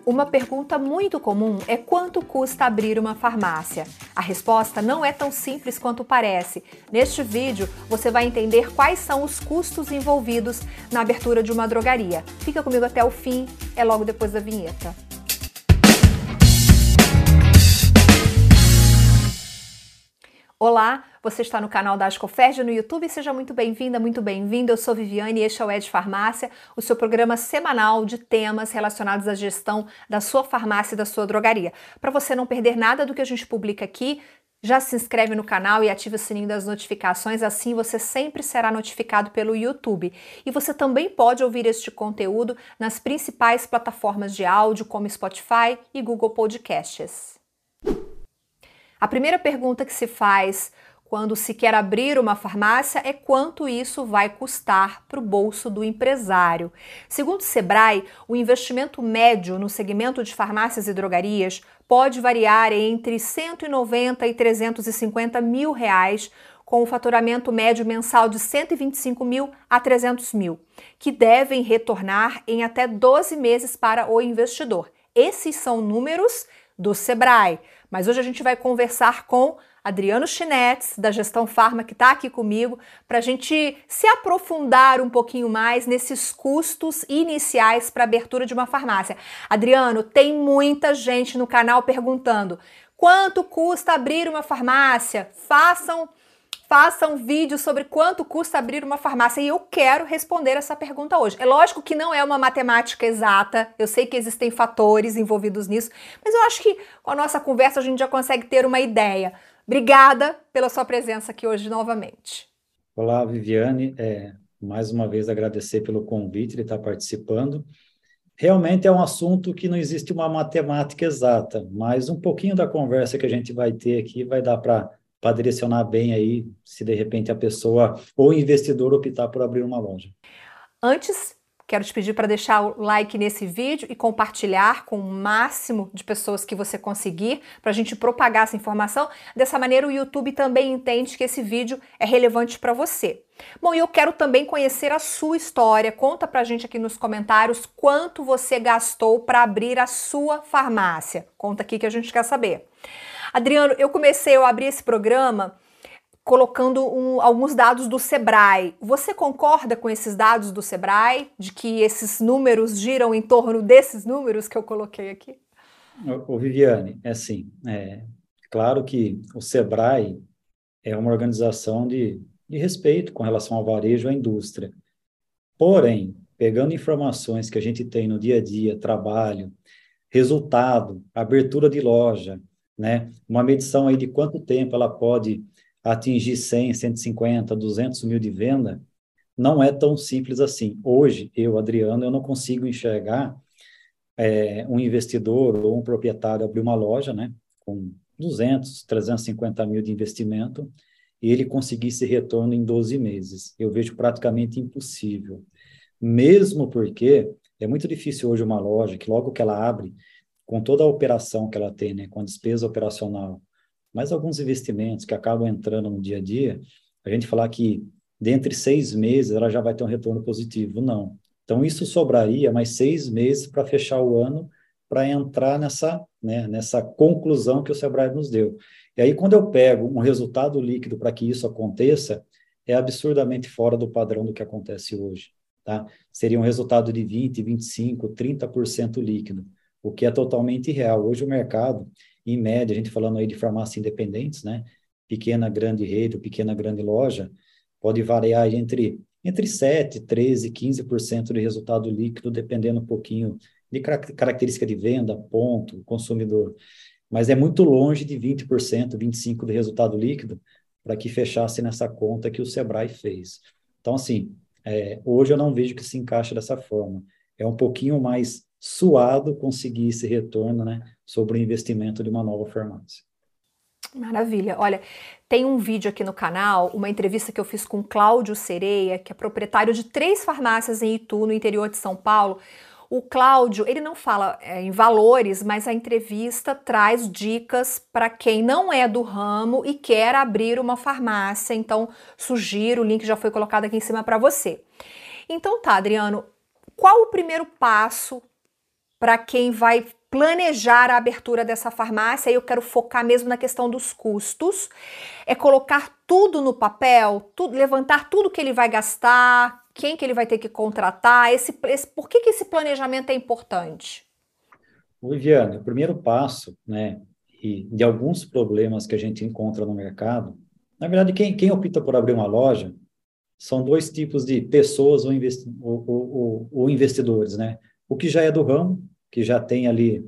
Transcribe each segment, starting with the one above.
Uma pergunta muito comum é quanto custa abrir uma farmácia? A resposta não é tão simples quanto parece. Neste vídeo, você vai entender quais são os custos envolvidos na abertura de uma drogaria. Fica comigo até o fim, é logo depois da vinheta. Olá, você está no canal da Ascoferd no YouTube, seja muito bem-vinda, muito bem-vindo. Eu sou Viviane e este é o Ed Farmácia, o seu programa semanal de temas relacionados à gestão da sua farmácia e da sua drogaria. Para você não perder nada do que a gente publica aqui, já se inscreve no canal e ativa o sininho das notificações, assim você sempre será notificado pelo YouTube. E você também pode ouvir este conteúdo nas principais plataformas de áudio, como Spotify e Google Podcasts. A primeira pergunta que se faz quando se quer abrir uma farmácia é quanto isso vai custar para o bolso do empresário. Segundo o Sebrae, o investimento médio no segmento de farmácias e drogarias pode variar entre 190 e 350 mil reais, com o faturamento médio mensal de 125 mil a 300 mil, que devem retornar em até 12 meses para o investidor. Esses são números do Sebrae, mas hoje a gente vai conversar com Adriano Chinetes, da Gestão Farma, que está aqui comigo, para a gente se aprofundar um pouquinho mais nesses custos iniciais para a abertura de uma farmácia. Adriano, tem muita gente no canal perguntando quanto custa abrir uma farmácia? Façam vídeo sobre quanto custa abrir uma farmácia e eu quero responder essa pergunta hoje. É lógico que não é uma matemática exata, eu sei que existem fatores envolvidos nisso, mas eu acho que com a nossa conversa a gente já consegue ter uma ideia. Obrigada pela sua presença aqui hoje novamente. Olá, Viviane. Mais uma vez agradecer pelo convite de estar participando. Realmente é um assunto que não existe uma matemática exata, mas um pouquinho da conversa que a gente vai ter aqui vai dar para direcionar bem aí, se de repente a pessoa ou o investidor optar por abrir uma loja. Antes, quero te pedir para deixar o like nesse vídeo e compartilhar com o máximo de pessoas que você conseguir para a gente propagar essa informação. Dessa maneira, o YouTube também entende que esse vídeo é relevante para você. Bom, e eu quero também conhecer a sua história. Conta pra gente aqui nos comentários quanto você gastou para abrir a sua farmácia. Conta aqui que a gente quer saber. Adriano, eu abri esse programa colocando alguns dados do Sebrae. Você concorda com esses dados do Sebrae, de que esses números giram em torno desses números que eu coloquei aqui? Ô Viviane, claro que o Sebrae é uma organização de respeito com relação ao varejo e à indústria. Porém, pegando informações que a gente tem no dia a dia, trabalho, resultado, abertura de loja, né? Uma medição aí de quanto tempo ela pode atingir 100, 150, 200 mil de venda, não é tão simples assim. Hoje, Adriano, eu não consigo enxergar um investidor ou um proprietário abrir uma loja, né? Com 200, 350 mil de investimento e ele conseguir esse retorno em 12 meses. Eu vejo praticamente impossível. Mesmo porque é muito difícil hoje uma loja que logo que ela abre, com toda a operação que ela tem, né, com a despesa operacional, mas alguns investimentos que acabam entrando no dia a dia, a gente falar que dentre 6 meses ela já vai ter um retorno positivo. Não. Então, isso sobraria mais 6 meses para fechar o ano, para entrar nessa conclusão que o Sebrae nos deu. E aí, quando eu pego um resultado líquido para que isso aconteça, é absurdamente fora do padrão do que acontece hoje. Tá? Seria um resultado de 20%, 25%, 30% líquido, o que é totalmente irreal. Hoje o mercado, em média, a gente falando aí de farmácias independentes, né? Pequena, grande rede, pequena, grande loja, pode variar entre 7%, 13%, 15% de resultado líquido, dependendo um pouquinho de característica de venda, ponto, consumidor. Mas é muito longe de 20%, 25% de resultado líquido para que fechasse nessa conta que o Sebrae fez. Então, assim, hoje eu não vejo que se encaixa dessa forma. É um pouquinho mais suado conseguir esse retorno, né, sobre o investimento de uma nova farmácia. Maravilha. Olha, tem um vídeo aqui no canal, uma entrevista que eu fiz com Cláudio Sereia, que é proprietário de 3 farmácias em Itu, no interior de São Paulo. O Cláudio, ele não fala em valores, mas a entrevista traz dicas para quem não é do ramo e quer abrir uma farmácia. Então, sugiro, o link já foi colocado aqui em cima para você. Então tá, Adriano, qual o primeiro passo para quem vai planejar a abertura dessa farmácia, eu quero focar mesmo na questão dos custos, é colocar tudo no papel, levantar tudo que ele vai gastar, quem que ele vai ter que contratar, por que esse planejamento é importante? Viviane, o primeiro passo, né, e de alguns problemas que a gente encontra no mercado, na verdade, quem opta por abrir uma loja são dois tipos de pessoas ou investidores, né? O que já é do ramo, que já tem ali,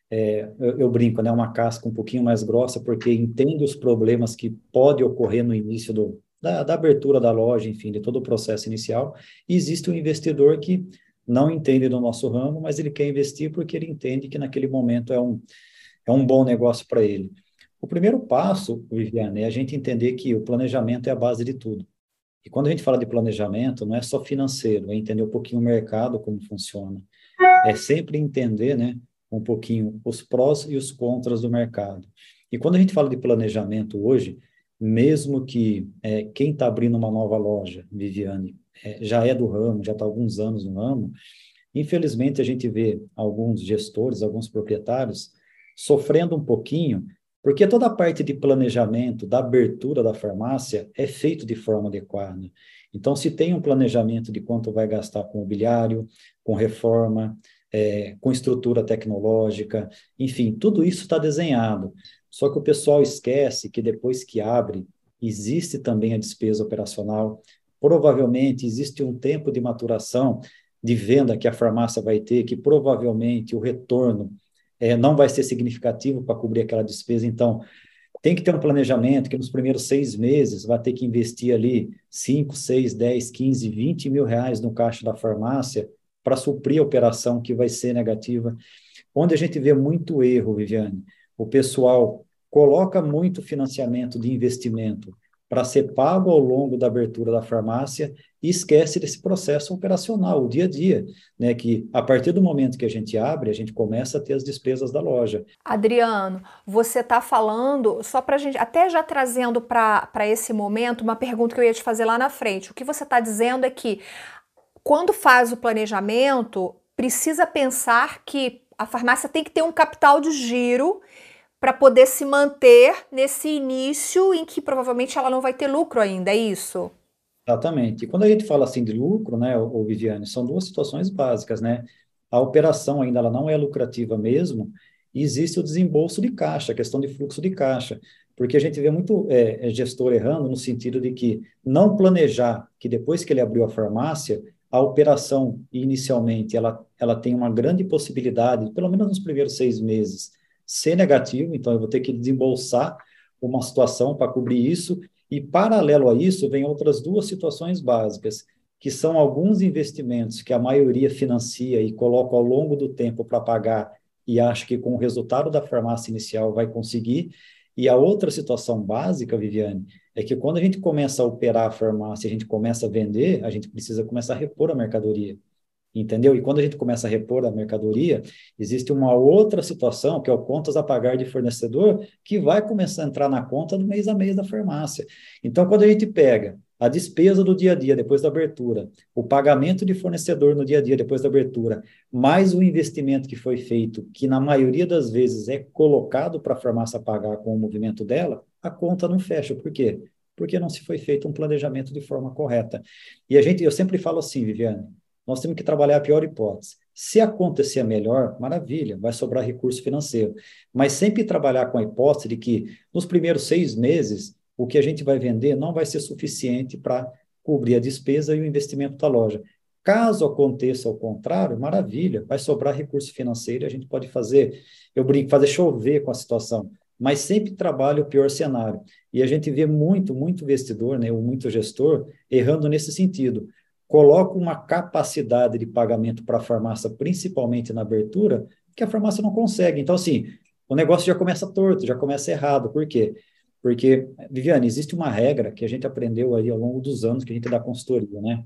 eu brinco, né, uma casca um pouquinho mais grossa, porque entende os problemas que pode ocorrer no início da abertura da loja, enfim, de todo o processo inicial. E existe um investidor que não entende do nosso ramo, mas ele quer investir porque ele entende que naquele momento é um bom negócio para ele. O primeiro passo, Viviane, é a gente entender que o planejamento é a base de tudo. E quando a gente fala de planejamento, não é só financeiro, é entender um pouquinho o mercado, como funciona. É sempre entender, né, um pouquinho os prós e os contras do mercado. E quando a gente fala de planejamento hoje, mesmo que quem está abrindo uma nova loja, Viviane, já é do ramo, já está há alguns anos no ramo, infelizmente a gente vê alguns gestores, alguns proprietários sofrendo um pouquinho, porque toda a parte de planejamento, da abertura da farmácia, é feito de forma adequada. Então, se tem um planejamento de quanto vai gastar com mobiliário, com reforma, com estrutura tecnológica, enfim, tudo isso está desenhado. Só que o pessoal esquece que depois que abre, existe também a despesa operacional. Provavelmente existe um tempo de maturação de venda que a farmácia vai ter, que provavelmente o retorno não vai ser significativo para cobrir aquela despesa. Então, tem que ter um planejamento que nos primeiros 6 meses vai ter que investir ali 5, 6, 10, 15, 20 mil reais no caixa da farmácia para suprir a operação que vai ser negativa. Onde a gente vê muito erro, Viviane, o pessoal coloca muito financiamento de investimento para ser pago ao longo da abertura da farmácia e esquece desse processo operacional, o dia a dia, né? Que a partir do momento que a gente abre, a gente começa a ter as despesas da loja. Adriano, você está falando, só para a gente, até já trazendo para esse momento, uma pergunta que eu ia te fazer lá na frente. O que você está dizendo é que quando faz o planejamento, precisa pensar que a farmácia tem que ter um capital de giro para poder se manter nesse início em que provavelmente ela não vai ter lucro ainda, é isso? Exatamente. E quando a gente fala assim de lucro, né, Viviane, são duas situações básicas, né? A operação ainda ela não é lucrativa mesmo, e existe o desembolso de caixa, a questão de fluxo de caixa, porque a gente vê muito gestor errando no sentido de que não planejar que depois que ele abriu a farmácia, a operação inicialmente ela tem uma grande possibilidade, pelo menos nos primeiros 6 meses, ser negativo, então eu vou ter que desembolsar uma situação para cobrir isso, e, paralelo a isso, vem outras duas situações básicas, que são alguns investimentos que a maioria financia e coloca ao longo do tempo para pagar e acha que com o resultado da farmácia inicial vai conseguir. E a outra situação básica, Viviane, é que quando a gente começa a operar a farmácia, a gente começa a vender, a gente precisa começar a repor a mercadoria. Entendeu? E quando a gente começa a repor a mercadoria, existe uma outra situação, que é o contas a pagar de fornecedor, que vai começar a entrar na conta do mês a mês da farmácia. Então, quando a gente pega a despesa do dia a dia depois da abertura, o pagamento de fornecedor no dia a dia depois da abertura, mais o investimento que foi feito, que na maioria das vezes é colocado para a farmácia pagar com o movimento dela, a conta não fecha. Por quê? Porque não se foi feito um planejamento de forma correta. E eu sempre falo assim, Viviane, nós temos que trabalhar a pior hipótese. Se acontecer a melhor, maravilha, vai sobrar recurso financeiro. Mas sempre trabalhar com a hipótese de que nos primeiros 6 meses, o que a gente vai vender não vai ser suficiente para cobrir a despesa e o investimento da loja. Caso aconteça ao contrário, maravilha, vai sobrar recurso financeiro e a gente pode fazer, eu brinco, fazer chover com a situação. Mas sempre trabalha o pior cenário. E a gente vê muito, muito investidor, né, ou muito gestor, errando nesse sentido, coloca uma capacidade de pagamento para a farmácia, principalmente na abertura, que a farmácia não consegue. Então, assim, o negócio já começa torto, já começa errado. Por quê? Porque, Viviane, existe uma regra que a gente aprendeu aí ao longo dos anos que a gente dá consultoria, né?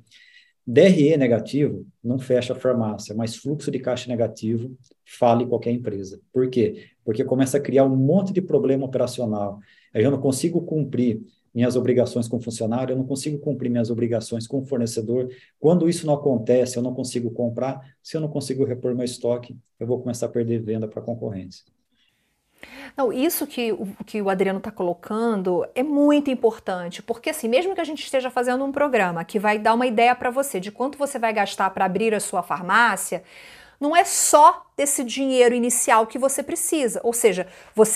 DRE negativo não fecha a farmácia, mas fluxo de caixa negativo fale qualquer empresa. Por quê? Porque começa a criar um monte de problema operacional. Aí eu não consigo cumprir minhas obrigações com o funcionário, eu não consigo cumprir minhas obrigações com o fornecedor. Quando isso não acontece, eu não consigo comprar. Se eu não consigo repor meu estoque, eu vou começar a perder venda para a concorrência. Não, isso que o Adriano está colocando é muito importante, porque assim, mesmo que a gente esteja fazendo um programa que vai dar uma ideia para você de quanto você vai gastar para abrir a sua farmácia, não é só desse dinheiro inicial que você precisa. Ou seja,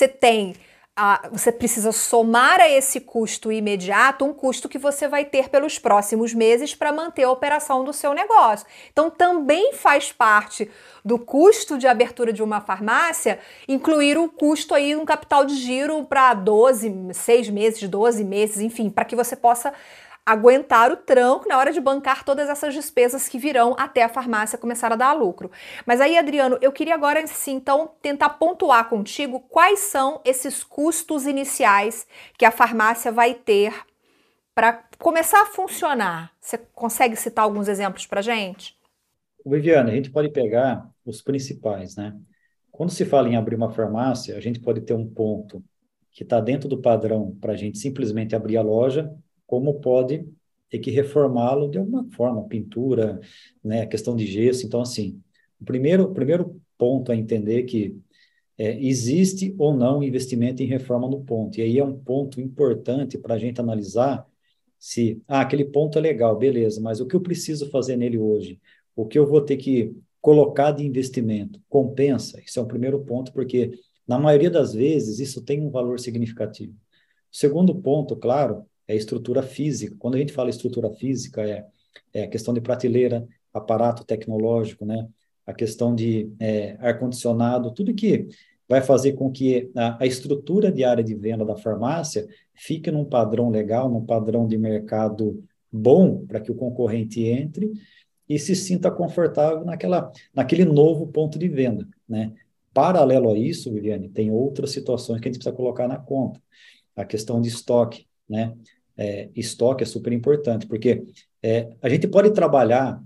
você precisa somar a esse custo imediato um custo que você vai ter pelos próximos meses para manter a operação do seu negócio. Então, também faz parte do custo de abertura de uma farmácia incluir o custo aí, um capital de giro para 6 meses, 12 meses, enfim, para que você possa aguentar o tranco na hora de bancar todas essas despesas que virão até a farmácia começar a dar lucro. Mas aí, Adriano, eu queria agora sim, então, tentar pontuar contigo quais são esses custos iniciais que a farmácia vai ter para começar a funcionar. Você consegue citar alguns exemplos para gente? Viviane, a gente pode pegar os principais, né? Quando se fala em abrir uma farmácia, a gente pode ter um ponto que está dentro do padrão para a gente simplesmente abrir a loja, como pode ter que reformá-lo de alguma forma, pintura, né, questão de gesso. Então, assim, o primeiro ponto é entender que existe ou não investimento em reforma no ponto. E aí é um ponto importante para a gente analisar se, aquele ponto é legal, beleza, mas o que eu preciso fazer nele hoje? O que eu vou ter que colocar de investimento? Compensa? Isso é o primeiro ponto, porque na maioria das vezes isso tem um valor significativo. O segundo ponto, claro, é a estrutura física. Quando a gente fala estrutura física, é a questão de prateleira, aparato tecnológico, né? A questão de ar-condicionado, tudo que vai fazer com que a estrutura de área de venda da farmácia fique num padrão legal, num padrão de mercado bom, para que o concorrente entre e se sinta confortável naquele novo ponto de venda, né? Paralelo a isso, Viviane, tem outras situações que a gente precisa colocar na conta. A questão de estoque, né? Estoque é super importante, porque a gente pode trabalhar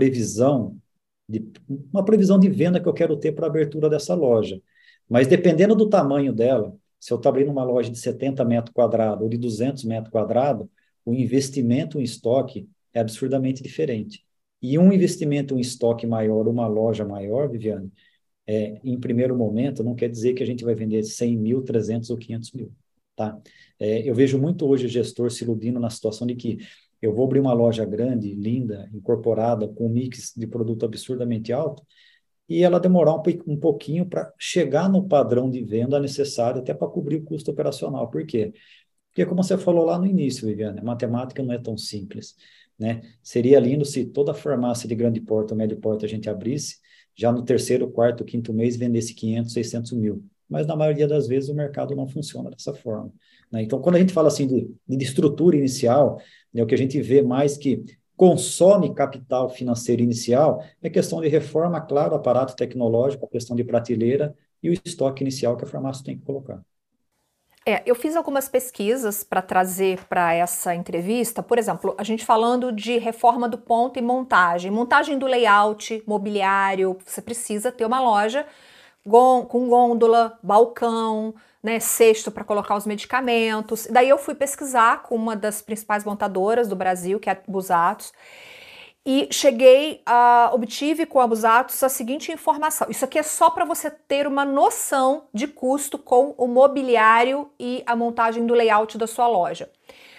uma previsão de venda que eu quero ter para a abertura dessa loja, mas dependendo do tamanho dela, se eu estou abrindo uma loja de 70 metros quadrados ou de 200 metros quadrados, o investimento em estoque é absurdamente diferente. E um investimento em estoque maior, uma loja maior, Viviane, em primeiro momento, não quer dizer que a gente vai vender 100 mil, 300 ou 500 mil, tá? Eu vejo muito hoje o gestor se iludindo na situação de que eu vou abrir uma loja grande, linda, incorporada, com um mix de produto absurdamente alto, e ela demorar um pouquinho para chegar no padrão de venda necessário até para cobrir o custo operacional. Por quê? Porque, como você falou lá no início, Viviane, a matemática não é tão simples, né? Seria lindo se toda farmácia de grande porte ou médio porte a gente abrisse, já no terceiro, quarto, quinto mês vendesse 500, 600 mil. Mas, na maioria das vezes, o mercado não funciona dessa forma, né? Então, quando a gente fala assim de estrutura inicial, né, o que a gente vê mais que consome capital financeiro inicial é questão de reforma, claro, aparato tecnológico, a questão de prateleira e o estoque inicial que a farmácia tem que colocar. Eu fiz algumas pesquisas para trazer para essa entrevista, por exemplo, a gente falando de reforma do ponto e montagem do layout, mobiliário, você precisa ter uma loja com gôndola, balcão, né, cesto para colocar os medicamentos. Daí eu fui pesquisar com uma das principais montadoras do Brasil, que é a Busatos, e obtive com a Busatos a seguinte informação. Isso aqui é só para você ter uma noção de custo com o mobiliário e a montagem do layout da sua loja.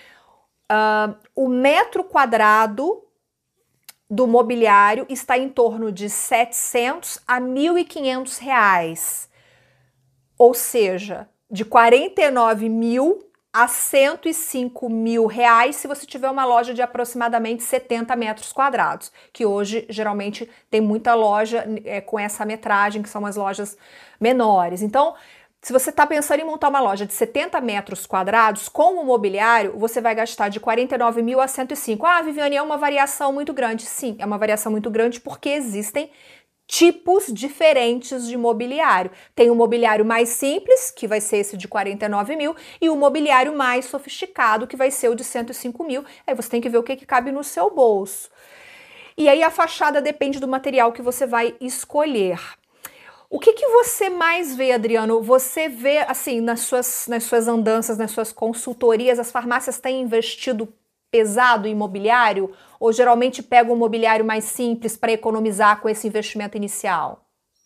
O metro quadrado do mobiliário está em torno de 700 a 1.500 reais. Ou seja, de 49 mil a 105 mil reais se você tiver uma loja de aproximadamente 70 metros quadrados, que hoje geralmente tem muita loja com essa metragem, que são as lojas menores. Então, se você está pensando em montar uma loja de 70 metros quadrados com o mobiliário, você vai gastar de 49 mil a 105. Viviane, é uma variação muito grande. Sim, é uma variação muito grande porque existem tipos diferentes de mobiliário. Tem o mobiliário mais simples, que vai ser esse de 49 mil, e o mobiliário mais sofisticado, que vai ser o de 105 mil. Aí você tem que ver o que cabe no seu bolso. E aí a fachada depende do material que você vai escolher. O que você mais vê, Adriano? Você vê, assim, nas suas andanças, nas suas consultorias, as farmácias têm investido pesado em imobiliário ou geralmente pegam um mobiliário mais simples para economizar com esse investimento inicial?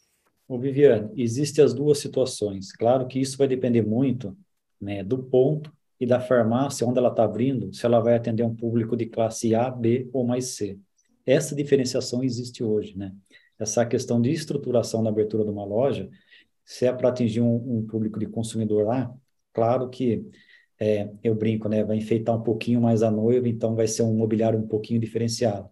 Ô, Viviane, existem as duas situações. Claro que isso vai depender muito, né, do ponto e da farmácia onde ela está abrindo, se ela vai atender um público de classe A, B ou mais C. Essa diferenciação existe hoje, né? Essa questão de estruturação da abertura de uma loja, se é para atingir um público de consumidor lá, claro que eu brinco, né? Vai enfeitar um pouquinho mais a noiva, então vai ser um mobiliário um pouquinho diferenciado.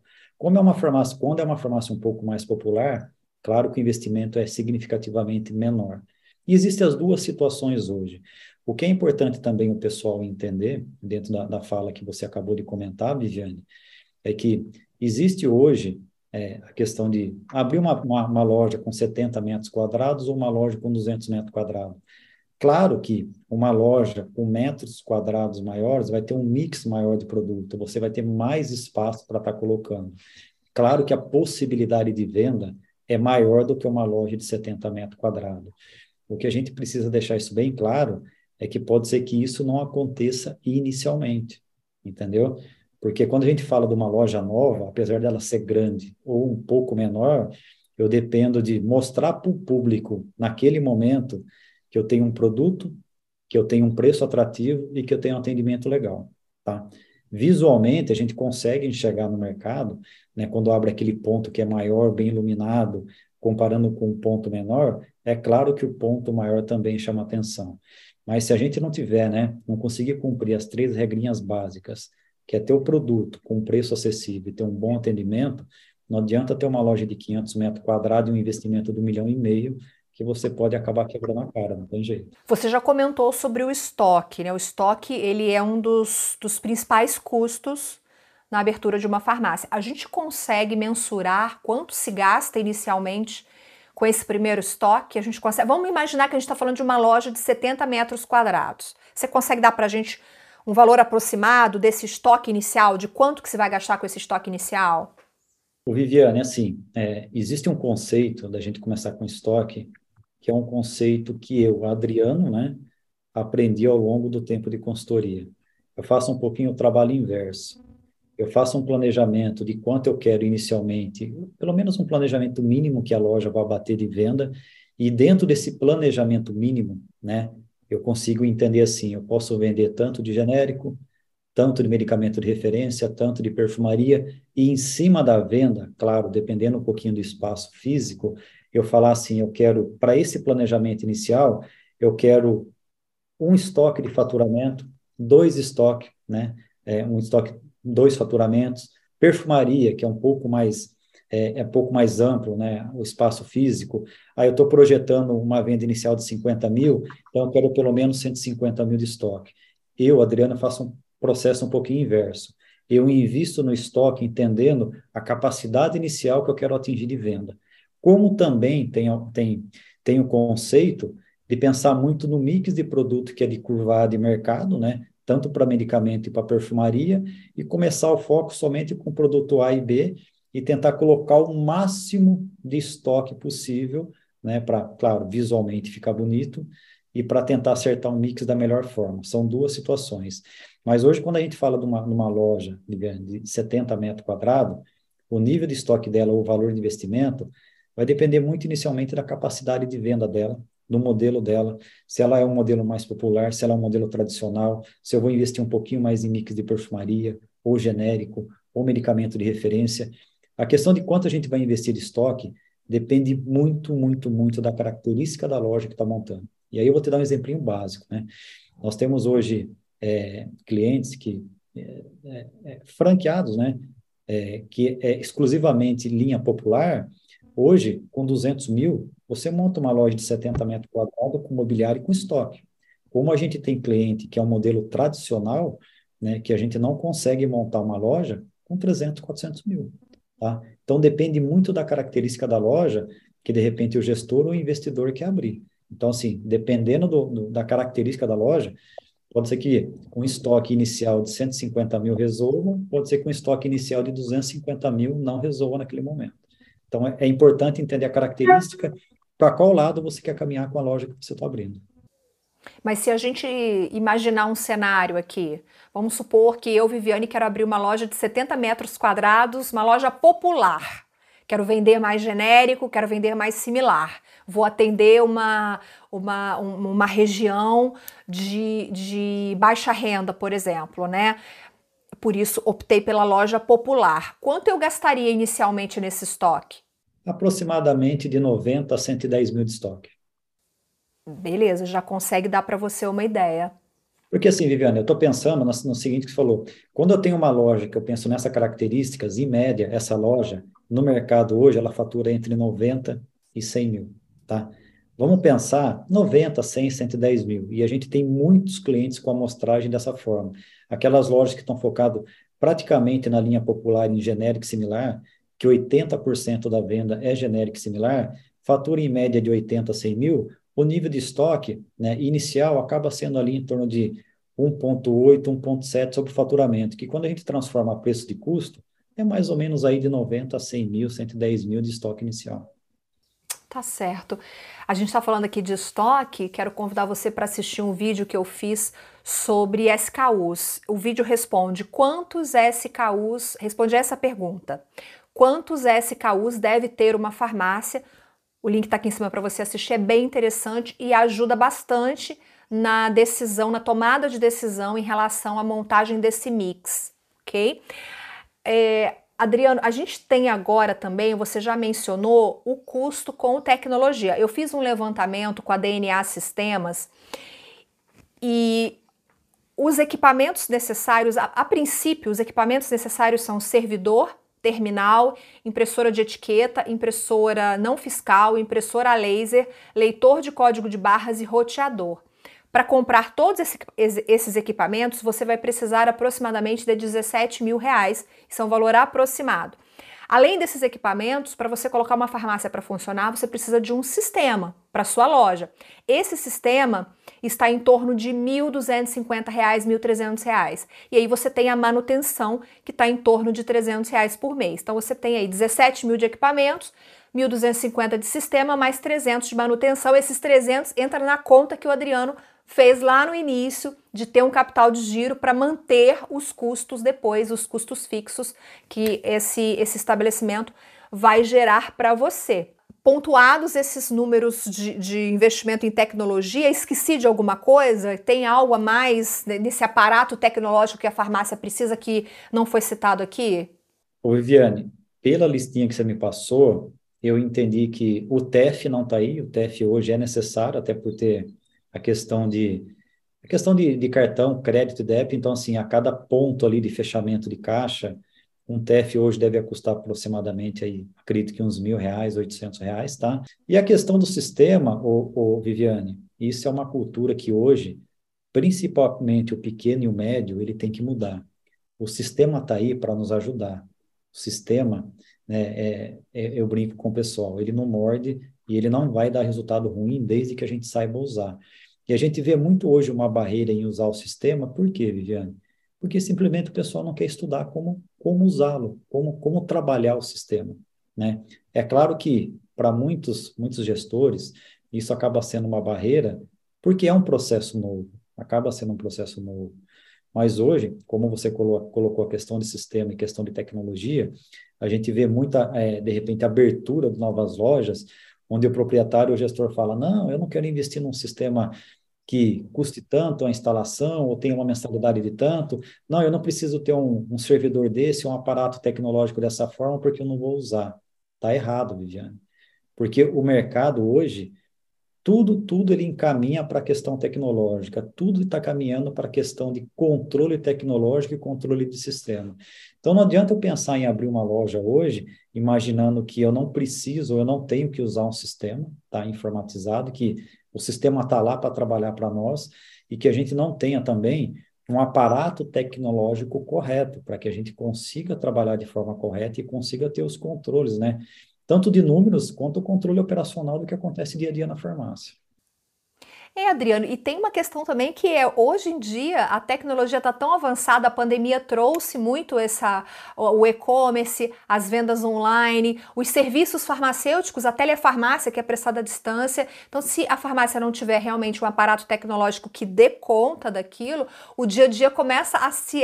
Quando é uma farmácia um pouco mais popular, claro que o investimento é significativamente menor. E existem as duas situações hoje. O que é importante também o pessoal entender, dentro da fala que você acabou de comentar, Viviane, é que existe hoje a questão de abrir uma loja com 70 metros quadrados ou uma loja com 200 metros quadrados. Claro que uma loja com metros quadrados maiores vai ter um mix maior de produto, você vai ter mais espaço para estar colocando. Claro que a possibilidade de venda é maior do que uma loja de 70 metros quadrados. O que a gente precisa deixar isso bem claro é que pode ser que isso não aconteça inicialmente, entendeu? Porque quando a gente fala de uma loja nova, apesar dela ser grande ou um pouco menor, eu dependo de mostrar para o público, naquele momento, que eu tenho um produto, que eu tenho um preço atrativo e que eu tenho um atendimento legal, tá? Visualmente, a gente consegue enxergar no mercado, né, quando abre aquele ponto que é maior, bem iluminado, comparando com um ponto menor, é claro que o ponto maior também chama atenção. Mas se a gente não tiver, né, não conseguir cumprir as três regrinhas básicas, que é ter o produto com preço acessível e ter um bom atendimento, não adianta ter uma loja de 500 metros quadrados e um investimento de 1,5 milhão, que você pode acabar quebrando a cara, não tem jeito. Você já comentou sobre o estoque, né? O estoque, ele é um dos principais custos na abertura de uma farmácia. A gente consegue mensurar quanto se gasta inicialmente com esse primeiro estoque? A gente consegue. Vamos imaginar que a gente está falando de uma loja de 70 metros quadrados. Você consegue dar para a gente um valor aproximado desse estoque inicial, de quanto que você vai gastar com esse estoque inicial? O Viviane, assim, existe um conceito da gente começar com estoque, que é um conceito que eu, Adriano, né, aprendi ao longo do tempo de consultoria. Eu faço um pouquinho o trabalho inverso. Eu faço um planejamento de quanto eu quero inicialmente, pelo menos um planejamento mínimo que a loja vai bater de venda, e dentro desse planejamento mínimo, né, eu consigo entender assim, eu posso vender tanto de genérico, tanto de medicamento de referência, tanto de perfumaria, e em cima da venda, claro, dependendo um pouquinho do espaço físico, eu falar assim, eu quero, para esse planejamento inicial, eu quero um estoque de faturamento, dois estoques, né? Um estoque, dois faturamentos, perfumaria, que é um pouco mais um pouco mais amplo, né? O espaço físico. Aí eu estou projetando uma venda inicial de 50 mil, então eu quero pelo menos 150 mil de estoque. Eu, Adriana, faço um processo um pouquinho inverso. Eu invisto no estoque entendendo a capacidade inicial que eu quero atingir de venda. Como também tem o conceito de pensar muito no mix de produto que é de curvada de mercado, né? Tanto para medicamento e para perfumaria, e começar o foco somente com o produto A e B e tentar colocar o máximo de estoque possível, né? Para, claro, visualmente ficar bonito e para tentar acertar um mix da melhor forma. São duas situações. Mas hoje, quando a gente fala de uma loja de 70 metros quadrados, o nível de estoque dela, o valor de investimento, vai depender muito inicialmente da capacidade de venda dela, do modelo dela, se ela é um modelo mais popular, se ela é um modelo tradicional, se eu vou investir um pouquinho mais em mix de perfumaria, ou genérico, ou medicamento de referência. A questão de quanto a gente vai investir de estoque depende muito, muito, muito da característica da loja que está montando. E aí eu vou te dar um exemplinho básico, né? Nós temos hoje clientes que, franqueados, né? Que é exclusivamente linha popular. Hoje, com 200 mil, você monta uma loja de 70 metros quadrados com mobiliário e com estoque. Como a gente tem cliente que é um modelo tradicional, né, que a gente não consegue montar uma loja com 300, 400 mil. Tá? Então, depende muito da característica da loja que, de repente, o gestor ou o investidor quer abrir. Então, assim, dependendo da característica da loja, pode ser que um estoque inicial de 150 mil resolva, pode ser que um estoque inicial de 250 mil não resolva naquele momento. Então, é importante entender a característica para qual lado você quer caminhar com a loja que você está abrindo. Mas se a gente imaginar um cenário aqui, vamos supor que eu, Viviane, quero abrir uma loja de 70 metros quadrados, uma loja popular. Quero vender mais genérico, quero vender mais similar. Vou atender uma região de baixa renda, por exemplo, né? Por isso, optei pela loja popular. Quanto eu gastaria inicialmente nesse estoque? Aproximadamente de 90 a 110 mil de estoque. Beleza, já consegue dar para você uma ideia. Porque assim, Viviane, eu estou pensando no seguinte que você falou. Quando eu tenho uma loja que eu penso nessas características, em média, essa loja, no mercado hoje, ela fatura entre 90 e 100 mil, tá? Vamos pensar 90, 100, 110 mil. E a gente tem muitos clientes com amostragem dessa forma. Aquelas lojas que estão focadas praticamente na linha popular, em genérico similar, que 80% da venda é genérico similar, fatura em média de 80 a 100 mil, o nível de estoque, né, inicial acaba sendo ali em torno de 1,8, 1,7 sobre faturamento, que quando a gente transforma a preço de custo, é mais ou menos aí de 90 a 100 mil, 110 mil de estoque inicial. Tá certo. A gente está falando aqui de estoque. Quero convidar você para assistir um vídeo que eu fiz sobre SKUs. O vídeo responde quantos SKUs, responde essa pergunta. Quantos SKUs deve ter uma farmácia? O link está aqui em cima para você assistir, é bem interessante e ajuda bastante na decisão, na tomada de decisão em relação à montagem desse mix, ok? Adriano, a gente tem agora também, você já mencionou, o custo com tecnologia. Eu fiz um levantamento com a DNA Sistemas e os equipamentos necessários, a princípio, os equipamentos necessários são servidor, terminal, impressora de etiqueta, impressora não fiscal, impressora a laser, leitor de código de barras e roteador. Para comprar todos esses equipamentos, você vai precisar aproximadamente de 17 mil reais, isso é um valor aproximado. Além desses equipamentos, para você colocar uma farmácia para funcionar, você precisa de um sistema para sua loja. Esse sistema está em torno de R$ 1.250, R$ 1.300. E aí você tem a manutenção, que está em torno de R$ 300 por mês. Então você tem aí 17 mil de equipamentos, 1.250 de sistema, mais 300 de manutenção. Esses 300 entram na conta que o Adriano fez lá no início de ter um capital de giro para manter os custos depois, os custos fixos que esse estabelecimento vai gerar para você. Pontuados esses números de investimento em tecnologia, esqueci de alguma coisa? Tem algo a mais nesse aparato tecnológico que a farmácia precisa que não foi citado aqui? Ô, Viviane, pela listinha que você me passou, eu entendi que o TEF não está aí, o TEF hoje é necessário, até por ter a questão de cartão, crédito e débito, então, assim, a cada ponto ali de fechamento de caixa, um TEF hoje deve custar aproximadamente, aí, acredito que uns R$ 1.000, R$ 800, tá? E a questão do sistema, Viviane, isso é uma cultura que hoje, principalmente o pequeno e o médio, ele tem que mudar. O sistema está aí para nos ajudar. O sistema, né, eu brinco com o pessoal, ele não morde e ele não vai dar resultado ruim desde que a gente saiba usar. E a gente vê muito hoje uma barreira em usar o sistema, por quê, Viviane? Porque simplesmente o pessoal não quer estudar como usá-lo, como trabalhar o sistema, né? É claro que para muitos gestores isso acaba sendo uma barreira, porque é um processo novo, acaba sendo um processo novo. Mas hoje, como você colocou a questão de sistema e questão de tecnologia, a gente vê muita, de repente, abertura de novas lojas, onde o proprietário, o gestor fala, não, eu não quero investir num sistema que custe tanto a instalação ou tenha uma mensalidade de tanto. Não, eu não preciso ter um servidor desse, um aparato tecnológico dessa forma, porque eu não vou usar. Está errado, Viviane. Porque o mercado hoje, tudo ele encaminha para a questão tecnológica, tudo está caminhando para a questão de controle tecnológico e controle de sistema. Então, não adianta eu pensar em abrir uma loja hoje, imaginando que eu não preciso, eu não tenho que usar um sistema, tá, informatizado, que o sistema está lá para trabalhar para nós e que a gente não tenha também um aparato tecnológico correto, para que a gente consiga trabalhar de forma correta e consiga ter os controles, né? Tanto de números quanto o controle operacional do que acontece dia a dia na farmácia. Adriano, e tem uma questão também que é, hoje em dia, a tecnologia está tão avançada, a pandemia trouxe muito o e-commerce, as vendas online, os serviços farmacêuticos, a telefarmácia, que é prestada à distância. Então, se a farmácia não tiver realmente um aparato tecnológico que dê conta daquilo, o dia a dia começa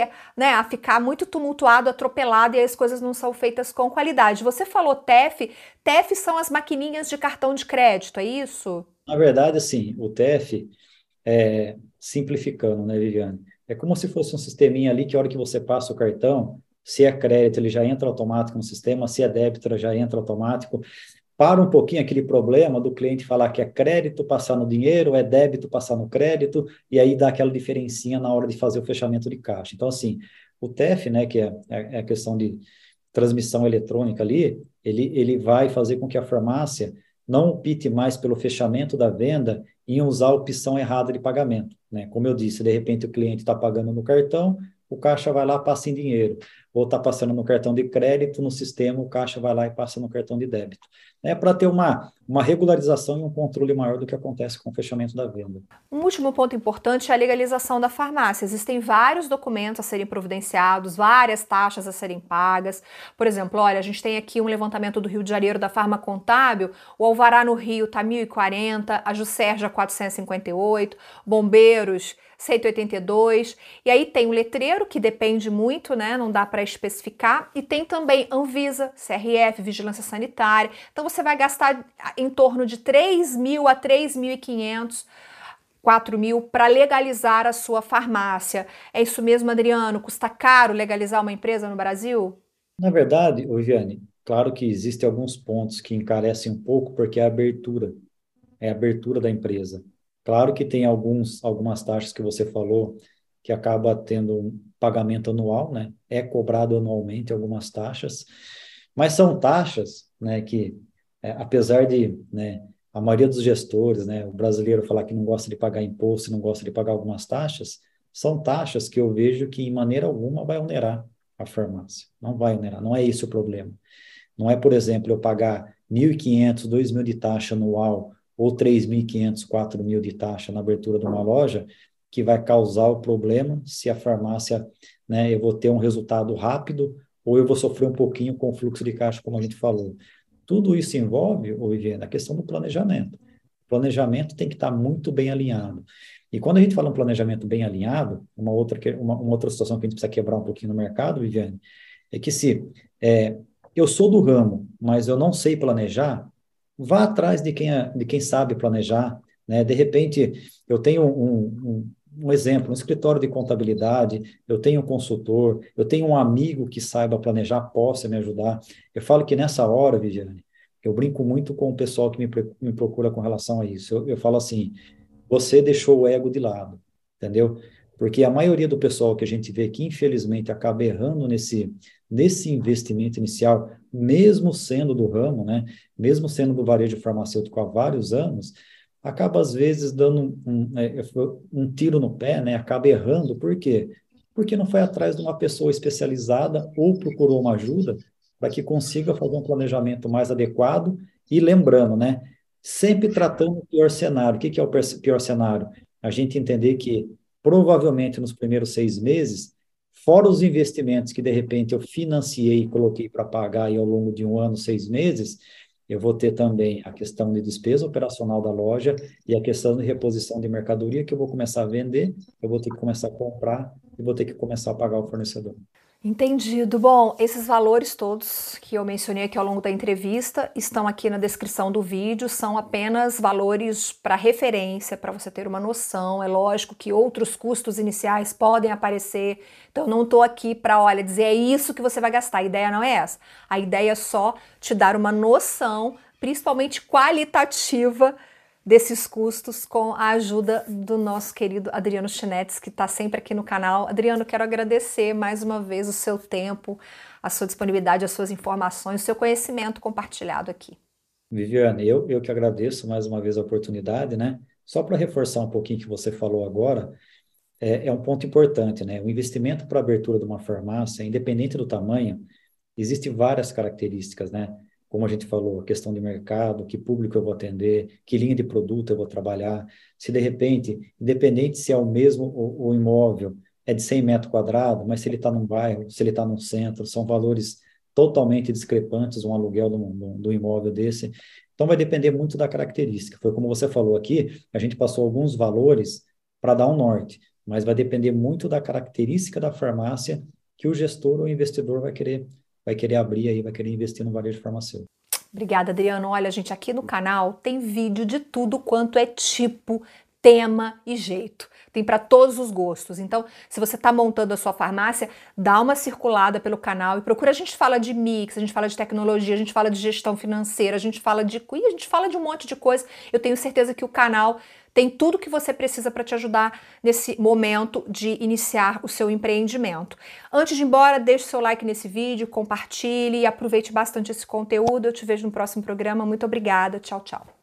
a ficar muito tumultuado, atropelado, e as coisas não são feitas com qualidade. Você falou TEF, TEF são as maquininhas de cartão de crédito, é isso? Na verdade, assim, o TEF, simplificando, né, Viviane? É como se fosse um sisteminha ali que a hora que você passa o cartão, se é crédito, ele já entra automático no sistema, se é débito, ele já entra automático. Para um pouquinho aquele problema do cliente falar que é crédito passar no dinheiro, é débito passar no crédito, e aí dá aquela diferencinha na hora de fazer o fechamento de caixa. Então, assim, o TEF, né, que é a questão de transmissão eletrônica ali, ele vai fazer com que a farmácia não opte mais pelo fechamento da venda em usar a opção errada de pagamento, né? Como eu disse, de repente o cliente está pagando no cartão, o caixa vai lá, passa em dinheiro. Ou está passando no cartão de crédito, no sistema, o caixa vai lá e passa no cartão de débito. É para ter uma regularização e um controle maior do que acontece com o fechamento da venda. Um último ponto importante é a legalização da farmácia. Existem vários documentos a serem providenciados, várias taxas a serem pagas. Por exemplo, olha, a gente tem aqui um levantamento do Rio de Janeiro da Farma Contábil, o alvará no Rio está 1.040, a Juscerja 458, Bombeiros 182, e aí tem o letreiro, que depende muito, né? Não dá para especificar, e tem também Anvisa, CRF, Vigilância Sanitária. Então você vai gastar em torno de 3.000 a 3.500, 4.000 para legalizar a sua farmácia. É isso mesmo, Adriano? Custa caro legalizar uma empresa no Brasil? Na verdade, Viviane, claro que existem alguns pontos que encarecem um pouco, porque é a abertura da empresa. Claro que tem algumas taxas que você falou que acaba tendo um pagamento anual, né? É cobrado anualmente algumas taxas, mas são taxas, né, que apesar de, né, a maioria dos gestores, né, o brasileiro falar que não gosta de pagar imposto, não gosta de pagar algumas taxas, são taxas que eu vejo que em maneira alguma vai onerar a farmácia. Não vai onerar, não é esse o problema. Não é, por exemplo, eu pagar 1.500, 2.000 de taxa anual ou 3.500, 4.000 de taxa na abertura de uma loja que vai causar o problema se a farmácia, né, eu vou ter um resultado rápido ou eu vou sofrer um pouquinho com o fluxo de caixa, como a gente falou. Tudo isso envolve, Viviane, a questão do planejamento. O planejamento tem que estar muito bem alinhado. E quando a gente fala um planejamento bem alinhado, uma outra situação que a gente precisa quebrar um pouquinho no mercado, Viviane, é que se eu sou do ramo, mas eu não sei planejar, vá atrás de quem sabe planejar, né? De repente, eu tenho um exemplo, um escritório de contabilidade, eu tenho um consultor, eu tenho um amigo que saiba planejar, possa me ajudar. Eu falo que nessa hora, Viviane, eu brinco muito com o pessoal que me procura com relação a isso. Eu falo assim, você deixou o ego de lado, entendeu? Porque a maioria do pessoal que a gente vê que, infelizmente, acaba errando nesse investimento inicial, mesmo sendo do ramo, né? Mesmo sendo do varejo farmacêutico há vários anos, acaba, às vezes, dando um tiro no pé, né? Acaba errando. Por quê? Porque não foi atrás de uma pessoa especializada ou procurou uma ajuda para que consiga fazer um planejamento mais adequado e lembrando, né? Sempre tratando o pior cenário. O que que é o pior cenário? A gente entender que, provavelmente, nos primeiros 6 meses, fora os investimentos que, de repente, eu financiei e coloquei para pagar aí ao longo de um ano, 6 meses, eu vou ter também a questão de despesa operacional da loja e a questão de reposição de mercadoria que eu vou começar a vender, eu vou ter que começar a comprar e vou ter que começar a pagar o fornecedor. Entendido. Bom, esses valores todos que eu mencionei aqui ao longo da entrevista estão aqui na descrição do vídeo, são apenas valores para referência, para você ter uma noção. É lógico que outros custos iniciais podem aparecer, então eu não estou aqui para, olha, dizer é isso que você vai gastar. A ideia não é essa. A ideia é só te dar uma noção, principalmente qualitativa, desses custos com a ajuda do nosso querido Adriano Chinetes, que está sempre aqui no canal. Adriano, quero agradecer mais uma vez o seu tempo, a sua disponibilidade, as suas informações, o seu conhecimento compartilhado aqui. Viviane, eu que agradeço mais uma vez a oportunidade, né? Só para reforçar um pouquinho o que você falou agora, é um ponto importante, né? O investimento para a abertura de uma farmácia, independente do tamanho, existem várias características, né? como a gente falou, a questão de mercado, que público eu vou atender, que linha de produto eu vou trabalhar, se de repente, independente se é o mesmo o imóvel, é de 100 metros quadrados, mas se ele está num bairro, se ele está num centro, são valores totalmente discrepantes, um aluguel do imóvel desse. Então, vai depender muito da característica. Foi como você falou aqui, a gente passou alguns valores para dar um norte, mas vai depender muito da característica da farmácia que o gestor ou o investidor vai querer abrir aí, vai querer investir no varejo farmacêutico. Obrigada, Adriano. Olha, gente, aqui no canal tem vídeo de tudo quanto é tipo, tema e jeito. Tem para todos os gostos. Então, se você está montando a sua farmácia, dá uma circulada pelo canal e procura. A gente fala de mix, a gente fala de tecnologia, a gente fala de gestão financeira, a gente fala de um monte de coisa. Eu tenho certeza que o canal tem tudo que você precisa para te ajudar nesse momento de iniciar o seu empreendimento. Antes de ir embora, deixe seu like nesse vídeo, compartilhe e aproveite bastante esse conteúdo. Eu te vejo no próximo programa. Muito obrigada. Tchau, tchau.